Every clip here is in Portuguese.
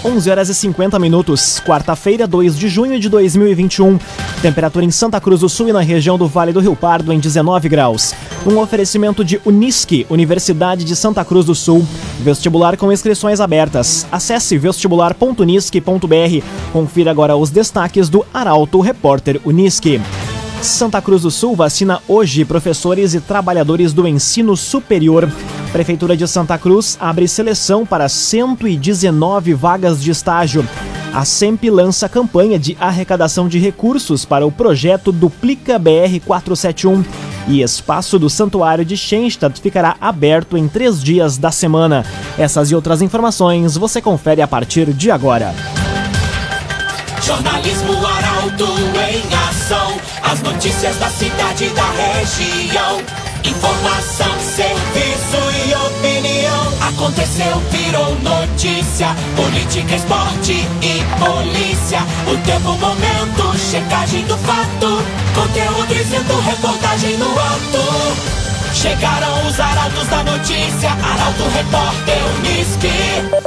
11h50, quarta-feira, 2 de junho de 2021. Temperatura em Santa Cruz do Sul e na região do Vale do Rio Pardo em 19 graus. Um oferecimento de Unisque, Universidade de Santa Cruz do Sul. Vestibular com inscrições abertas. Acesse vestibular.unisque.br. Confira agora os destaques do Arauto Repórter Unisque. Santa Cruz do Sul vacina hoje professores e trabalhadores do ensino superior. Prefeitura de Santa Cruz abre seleção para 119 vagas de estágio. A SEMP lança campanha de arrecadação de recursos para o projeto Duplica BR-471 e espaço do Santuário de Schenstadt ficará aberto em 3 dias da semana. Essas e outras informações você confere a partir de agora. Jornalismo Arauto em ação. As notícias da cidade e da região. Informação, serviço e opinião. Aconteceu, virou notícia. Política, esporte e polícia. O tempo, momento, checagem do fato. Conteúdo dizendo, reportagem no ato. Chegaram os arautos da notícia. Arauto Repórter Unisque.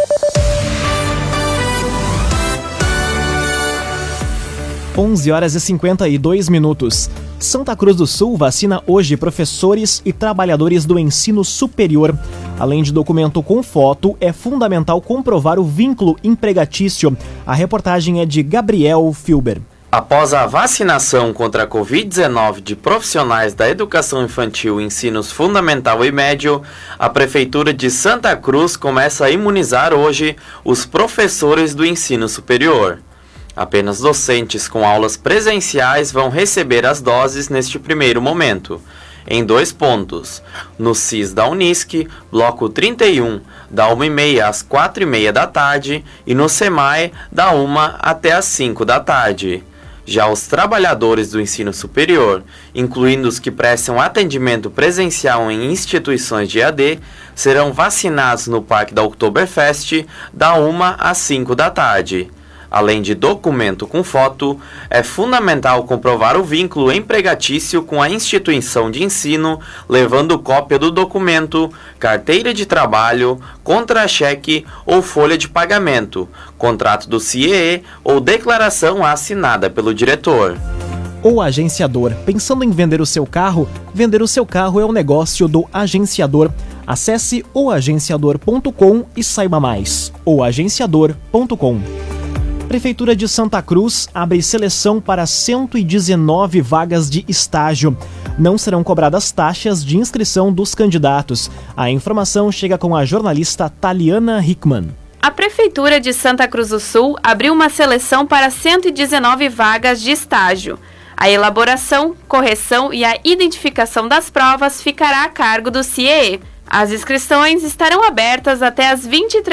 11h52. Santa Cruz do Sul vacina hoje professores e trabalhadores do ensino superior. Além de documento com foto, é fundamental comprovar o vínculo empregatício. A reportagem é de Gabriel Filber. Após a vacinação contra a Covid-19 de profissionais da educação infantil, ensinos fundamental e médio, a Prefeitura de Santa Cruz começa a imunizar hoje os professores do ensino superior. Apenas docentes com aulas presenciais vão receber as doses neste primeiro momento, em 2 pontos, no CIS da Unisque, bloco 31, da 1h30 às 4h30 da tarde, e no SEMAI, da 1 até às 5 da tarde. Já os trabalhadores do ensino superior, incluindo os que prestam atendimento presencial em instituições de EAD, serão vacinados no Parque da Oktoberfest, da 1 às 5 da tarde. Além de documento com foto, é fundamental comprovar o vínculo empregatício com a instituição de ensino, levando cópia do documento, carteira de trabalho, contra-cheque ou folha de pagamento, contrato do CIEE ou declaração assinada pelo diretor. O agenciador. Pensando em vender o seu carro? Vender o seu carro é o negócio do agenciador. Acesse oagenciador.com e saiba mais. oagenciador.com. Prefeitura de Santa Cruz abre seleção para 119 vagas de estágio. Não serão cobradas taxas de inscrição dos candidatos. A informação chega com a jornalista Taliana Hickman. A Prefeitura de Santa Cruz do Sul abriu uma seleção para 119 vagas de estágio. A elaboração, correção e a identificação das provas ficará a cargo do CIEE. As inscrições estarão abertas até às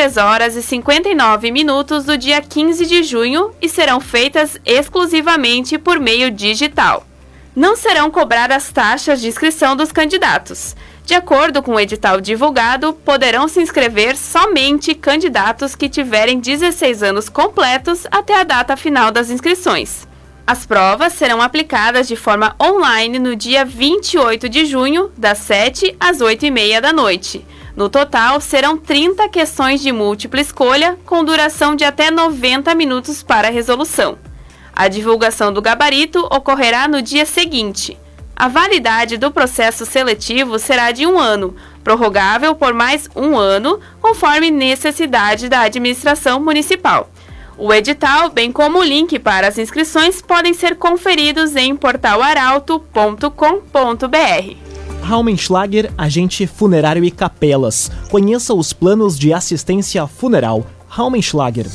23h59 do dia 15 de junho e serão feitas exclusivamente por meio digital. Não serão cobradas taxas de inscrição dos candidatos. De acordo com o edital divulgado, poderão se inscrever somente candidatos que tiverem 16 anos completos até a data final das inscrições. As provas serão aplicadas de forma online no dia 28 de junho, das 7 às 8h30 da noite. No total, serão 30 questões de múltipla escolha, com duração de até 90 minutos para a resolução. A divulgação do gabarito ocorrerá no dia seguinte. A validade do processo seletivo será de 1 ano, prorrogável por mais 1 ano, conforme necessidade da administração municipal. O edital, bem como o link para as inscrições, podem ser conferidos em portalarauto.com.br. Raumenschlager, agente funerário e capelas. Conheça os planos de assistência funeral. Raumenschlager.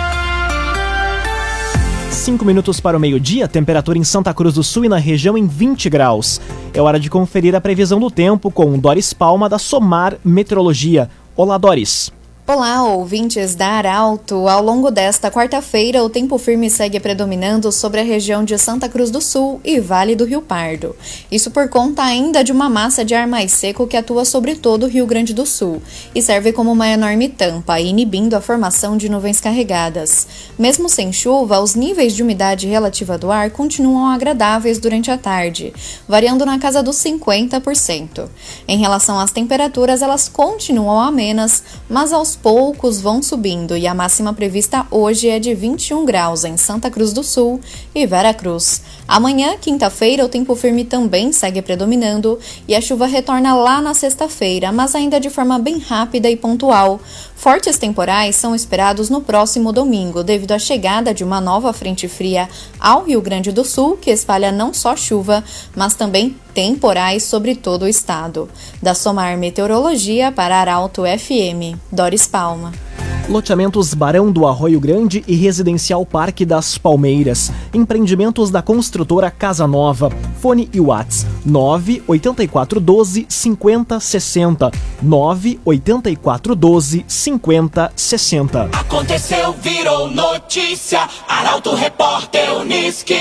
5 minutos para o meio-dia, temperatura em Santa Cruz do Sul e na região em 20 graus. É hora de conferir a previsão do tempo com Doris Palma da Somar Meteorologia. Olá, Doris. Olá, ouvintes da Arauto. Ao longo desta quarta-feira, o tempo firme segue predominando sobre a região de Santa Cruz do Sul e Vale do Rio Pardo. Isso por conta ainda de uma massa de ar mais seco que atua sobre todo o Rio Grande do Sul e serve como uma enorme tampa, inibindo a formação de nuvens carregadas. Mesmo sem chuva, os níveis de umidade relativa do ar continuam agradáveis durante a tarde, variando na casa dos 50%. Em relação às temperaturas, elas continuam amenas, mas aos poucos vão subindo e a máxima prevista hoje é de 21 graus em Santa Cruz do Sul e Veracruz. Amanhã, quinta-feira, o tempo firme também segue predominando e a chuva retorna lá na sexta-feira, mas ainda de forma bem rápida e pontual. Fortes temporais são esperados no próximo domingo, devido à chegada de uma nova frente fria ao Rio Grande do Sul, que espalha não só chuva, mas também temporais sobre todo o estado. Da Somar Meteorologia para Arauto FM, Doris Palma. Loteamentos Barão do Arroio Grande e Residencial Parque das Palmeiras. Empreendimentos da construtora Casa Nova. Fone e Whats 98412 5060. 98412 5060. Aconteceu, virou notícia. Arauto Repórter Unisque.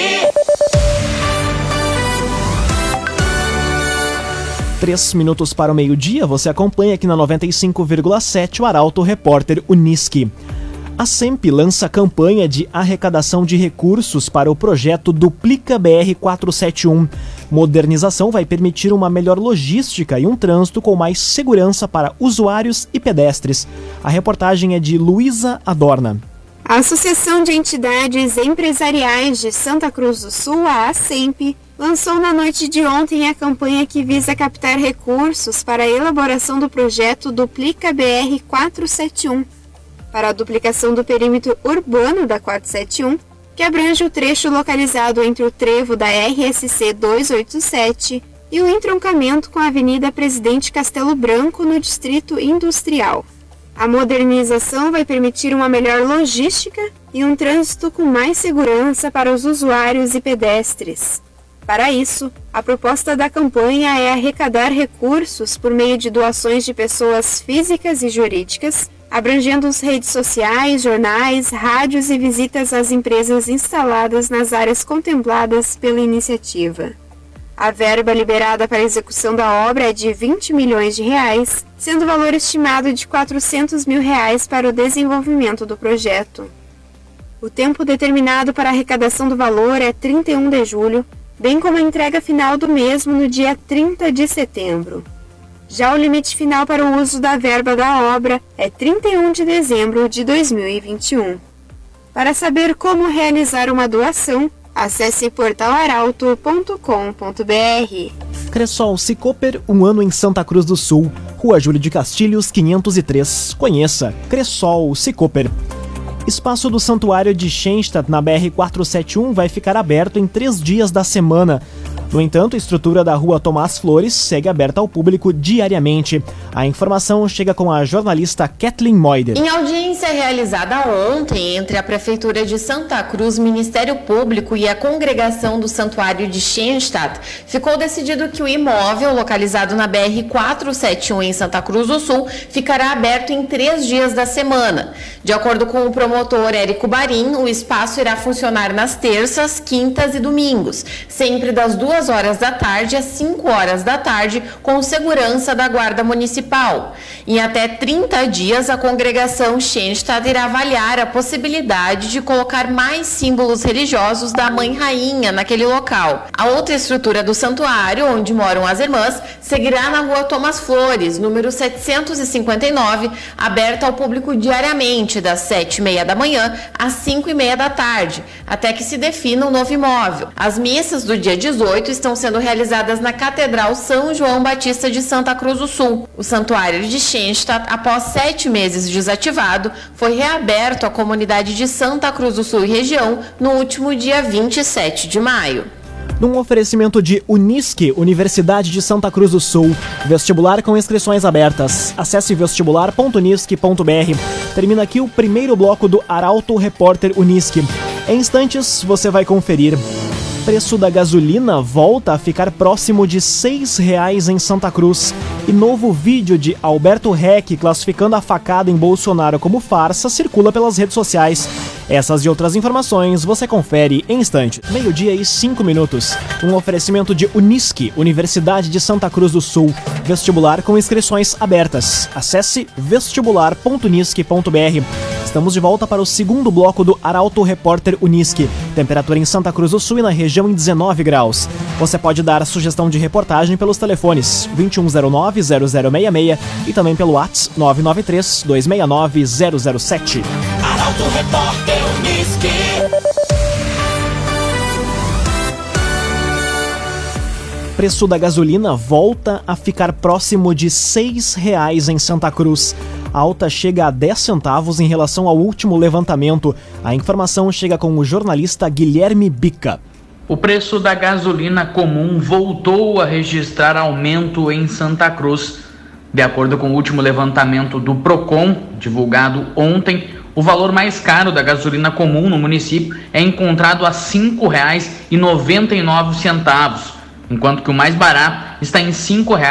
3 minutos para o meio-dia, você acompanha aqui na 95,7 o Arauto Repórter Unisque. A SEMP lança campanha de arrecadação de recursos para o projeto Duplica BR-471. Modernização vai permitir uma melhor logística e um trânsito com mais segurança para usuários e pedestres. A reportagem é de Luísa Adorna. A Associação de Entidades Empresariais de Santa Cruz do Sul, a ASEMP, lançou na noite de ontem a campanha que visa captar recursos para a elaboração do projeto Duplica BR-471, para a duplicação do perímetro urbano da 471, que abrange o trecho localizado entre o trevo da RSC 287 e o entroncamento com a Avenida Presidente Castelo Branco, no Distrito Industrial. A modernização vai permitir uma melhor logística e um trânsito com mais segurança para os usuários e pedestres. Para isso, a proposta da campanha é arrecadar recursos por meio de doações de pessoas físicas e jurídicas, abrangendo as redes sociais, jornais, rádios e visitas às empresas instaladas nas áreas contempladas pela iniciativa. A verba liberada para a execução da obra é de R$20 milhões, sendo o valor estimado de R$400 mil para o desenvolvimento do projeto. O tempo determinado para a arrecadação do valor é 31 de julho, bem como a entrega final do mesmo no dia 30 de setembro. Já o limite final para o uso da verba da obra é 31 de dezembro de 2021. Para saber como realizar uma doação, acesse portalarauto.com.br. Cressol Cicoper, um ano em Santa Cruz do Sul. Rua Júlio de Castilhos, 503. Conheça Cressol Cicoper. Espaço do Santuário de Schenstadt, na BR-471, vai ficar aberto em 3 dias da semana. No entanto, a estrutura da Rua Tomás Flores segue aberta ao público diariamente. A informação chega com a jornalista Kathleen Moider. Em audiência realizada ontem entre a Prefeitura de Santa Cruz, Ministério Público e a Congregação do Santuário de Schenstadt, ficou decidido que o imóvel, localizado na BR-471 em Santa Cruz do Sul, ficará aberto em 3 dias da semana. De acordo com o promotor Érico Barim, o espaço irá funcionar nas terças, quintas e domingos, sempre das 2 horas da tarde às 5 horas da tarde, com segurança da Guarda Municipal. Em até 30 dias, a congregação Schenstadt irá avaliar a possibilidade de colocar mais símbolos religiosos da Mãe Rainha naquele local. A outra estrutura do santuário, onde moram as irmãs, seguirá na Rua Tomás Flores, número 759, aberta ao público diariamente, das 7h30 da manhã às 5h30 da tarde, até que se defina um novo imóvel. As missas do dia 18 estão sendo realizadas na Catedral São João Batista de Santa Cruz do Sul. O santuário de Schenstadt, após 7 meses desativado, foi reaberto à comunidade de Santa Cruz do Sul e região no último dia 27 de maio. Num oferecimento de Unisque, Universidade de Santa Cruz do Sul. Vestibular com inscrições abertas. Acesse vestibular.unisque.br. Termina aqui o primeiro bloco do Arauto Repórter Unisque. Em instantes, você vai conferir. Preço da gasolina volta a ficar próximo de R$ 6,00 em Santa Cruz. E novo vídeo de Alberto Reck classificando a facada em Bolsonaro como farsa circula pelas redes sociais. Essas e outras informações você confere em instante. 12:05. Um oferecimento de Unisque, Universidade de Santa Cruz do Sul. Vestibular com inscrições abertas. Acesse vestibular.unisque.br. Estamos de volta para o segundo bloco do Arauto Repórter Unisque. Temperatura em Santa Cruz do Sul e na região em 19 graus. Você pode dar sugestão de reportagem pelos telefones 2109-0066 e também pelo WhatsApp 993-269-007. Arauto Repórter Unisque. Preço da gasolina volta a ficar próximo de R$ 6,00 em Santa Cruz. A alta chega a 10 centavos em relação ao último levantamento. A informação chega com o jornalista Guilherme Bica. O preço da gasolina comum voltou a registrar aumento em Santa Cruz. De acordo com o último levantamento do Procon, divulgado ontem, o valor mais caro da gasolina comum no município é encontrado a R$ 5,99, enquanto que o mais barato está em R$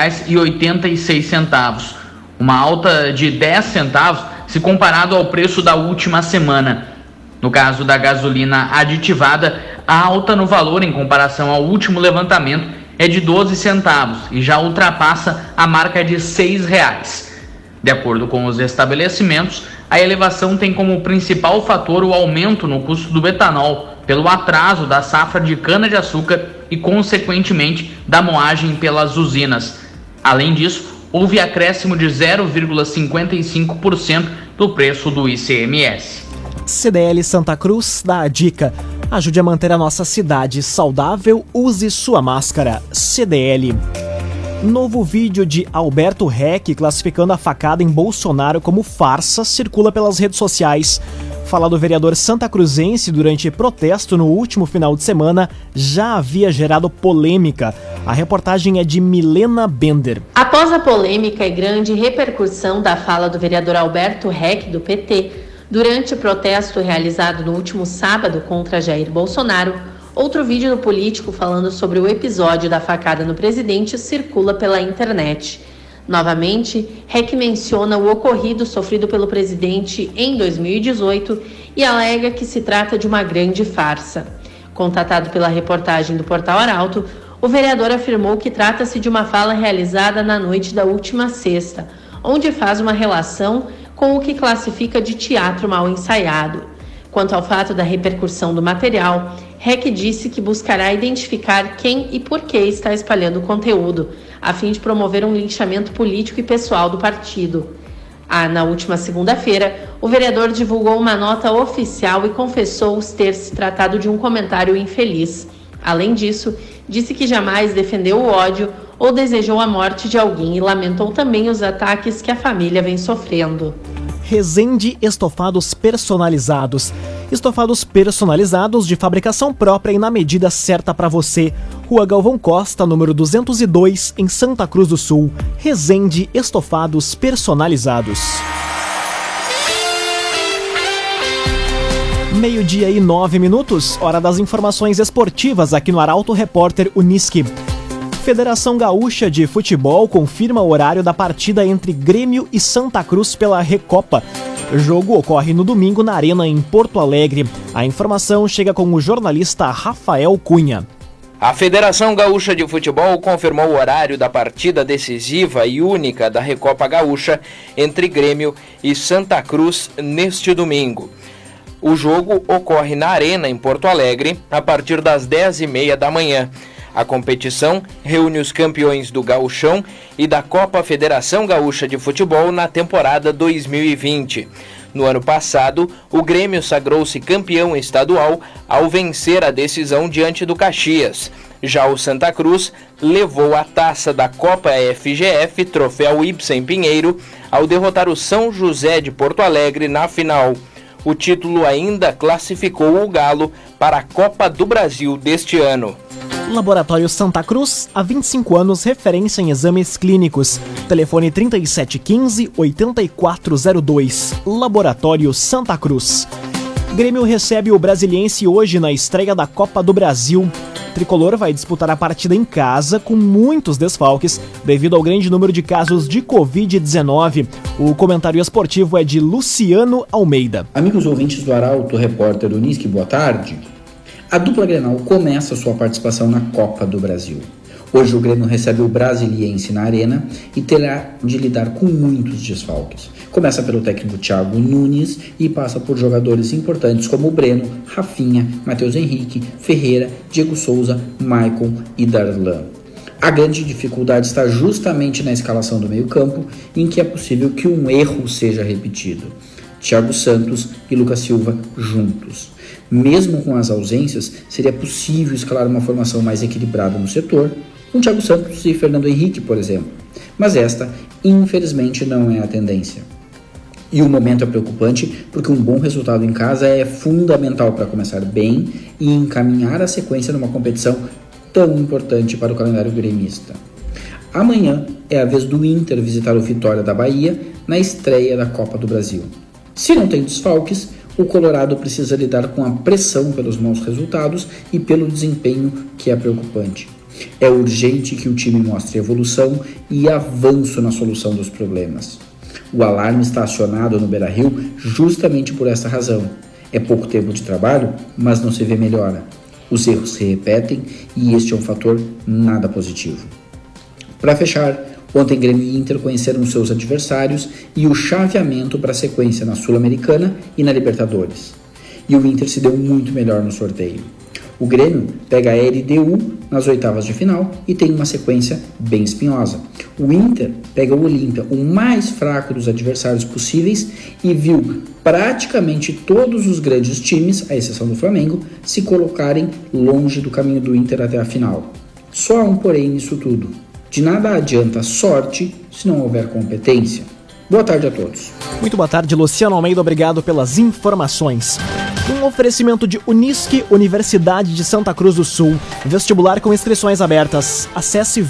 5,86. Uma alta de 10 centavos se comparado ao preço da última semana. No caso da gasolina aditivada, a alta no valor em comparação ao último levantamento é de 12 centavos e já ultrapassa a marca de R$ 6,00. De acordo com os estabelecimentos, a elevação tem como principal fator o aumento no custo do etanol, pelo atraso da safra de cana-de-açúcar e, consequentemente, da moagem pelas usinas. Além disso, houve acréscimo de 0,55% do preço do ICMS. CDL Santa Cruz dá a dica: ajude a manter a nossa cidade saudável, use sua máscara. CDL. Novo vídeo de Alberto Reck classificando a facada em Bolsonaro como farsa circula pelas redes sociais. Fala do vereador santacruzense durante protesto no último final de semana já havia gerado polêmica. A reportagem é de Milena Bender. Após a polêmica e grande repercussão da fala do vereador Alberto Reck, do PT, durante o protesto realizado no último sábado contra Jair Bolsonaro, outro vídeo do político falando sobre o episódio da facada no presidente circula pela internet. Novamente, Reck menciona o ocorrido sofrido pelo presidente em 2018 e alega que se trata de uma grande farsa. Contatado pela reportagem do Portal Arauto, o vereador afirmou que trata-se de uma fala realizada na noite da última sexta, onde faz uma relação com o que classifica de teatro mal ensaiado. Quanto ao fato da repercussão do material, Reck disse que buscará identificar quem e por que está espalhando o conteúdo, a fim de promover um linchamento político e pessoal do partido. Na última segunda-feira, o vereador divulgou uma nota oficial e confessou ter se tratado de um comentário infeliz. Além disso, disse que jamais defendeu o ódio ou desejou a morte de alguém e lamentou também os ataques que a família vem sofrendo. Resende Estofados Personalizados. Estofados personalizados de fabricação própria e na medida certa para você. Rua Galvão Costa, número 202, em Santa Cruz do Sul. Resende Estofados Personalizados. 12:09, hora das informações esportivas aqui no Arauto Repórter Unisque. Federação Gaúcha de Futebol confirma o horário da partida entre Grêmio e Santa Cruz pela Recopa. O jogo ocorre no domingo na Arena em Porto Alegre. A informação chega com o jornalista Rafael Cunha. A Federação Gaúcha de Futebol confirmou o horário da partida decisiva e única da Recopa Gaúcha entre Grêmio e Santa Cruz neste domingo. O jogo ocorre na Arena em Porto Alegre a partir das 10h30 da manhã. A competição reúne os campeões do Gauchão e da Copa Federação Gaúcha de Futebol na temporada 2020. No ano passado, o Grêmio sagrou-se campeão estadual ao vencer a decisão diante do Caxias. Já o Santa Cruz levou a taça da Copa FGF, troféu Ibsen Pinheiro, ao derrotar o São José de Porto Alegre na final. O título ainda classificou o Galo para a Copa do Brasil deste ano. Laboratório Santa Cruz, há 25 anos, referência em exames clínicos. Telefone 3715-8402. Laboratório Santa Cruz. Grêmio recebe o Brasiliense hoje na estreia da Copa do Brasil. tricolor vai disputar a partida em casa com muitos desfalques devido ao grande número de casos de Covid-19. O comentário esportivo é de Luciano Almeida. Amigos ouvintes do Arauto, repórter Unisque, boa tarde. A dupla Grenal começa sua participação na Copa do Brasil. Hoje o Grêmio recebe o Brasiliense na Arena e terá de lidar com muitos desfalques. Começa pelo técnico Thiago Nunes e passa por jogadores importantes como o Breno, Rafinha, Matheus Henrique, Ferreira, Diego Souza, Maicon e Darlan. A grande dificuldade está justamente na escalação do meio-campo, em que é possível que um erro seja repetido. Thiago Santos e Lucas Silva juntos. Mesmo com as ausências, seria possível escalar uma formação mais equilibrada no setor, com Thiago Santos e Fernando Henrique, por exemplo. Mas esta, infelizmente, não é a tendência. E o momento é preocupante porque um bom resultado em casa é fundamental para começar bem e encaminhar a sequência numa competição tão importante para o calendário gremista. Amanhã é a vez do Inter visitar o Vitória da Bahia na estreia da Copa do Brasil. Se não tem desfalques, o Colorado precisa lidar com a pressão pelos maus resultados e pelo desempenho que é preocupante. É urgente que o time mostre evolução e avanço na solução dos problemas. O alarme está acionado no Beira-Rio justamente por essa razão. É pouco tempo de trabalho, mas não se vê melhora. Os erros se repetem e este é um fator nada positivo. Para fechar, ontem Grêmio e Inter conheceram seus adversários e o chaveamento para a sequência na Sul-Americana e na Libertadores. E o Inter se deu muito melhor no sorteio. O Grêmio pega a LDU nas oitavas de final e tem uma sequência bem espinhosa. O Inter pega o Olímpia, o mais fraco dos adversários possíveis, e viu praticamente todos os grandes times, à exceção do Flamengo, se colocarem longe do caminho do Inter até a final. Só há um porém nisso tudo. De nada adianta sorte se não houver competência. Boa tarde a todos. Muito boa tarde, Luciano Almeida. Obrigado pelas informações. Um oferecimento de Unisque, Universidade de Santa Cruz do Sul. Vestibular com inscrições abertas. Acesse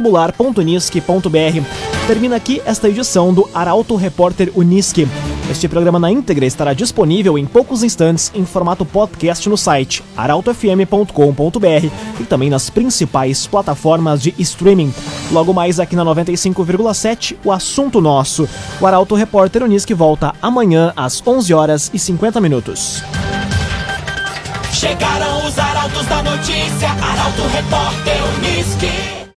vestibular.unisque.br. Termina aqui esta edição do Arauto Repórter Unisque. Este programa na íntegra estará disponível em poucos instantes em formato podcast no site arautofm.com.br e também nas principais plataformas de streaming. Logo mais aqui na 95,7, o assunto nosso. O Arauto Repórter Unisque volta amanhã às 11h50. Chegaram os arautos da notícia, Arauto Repórter Unisque.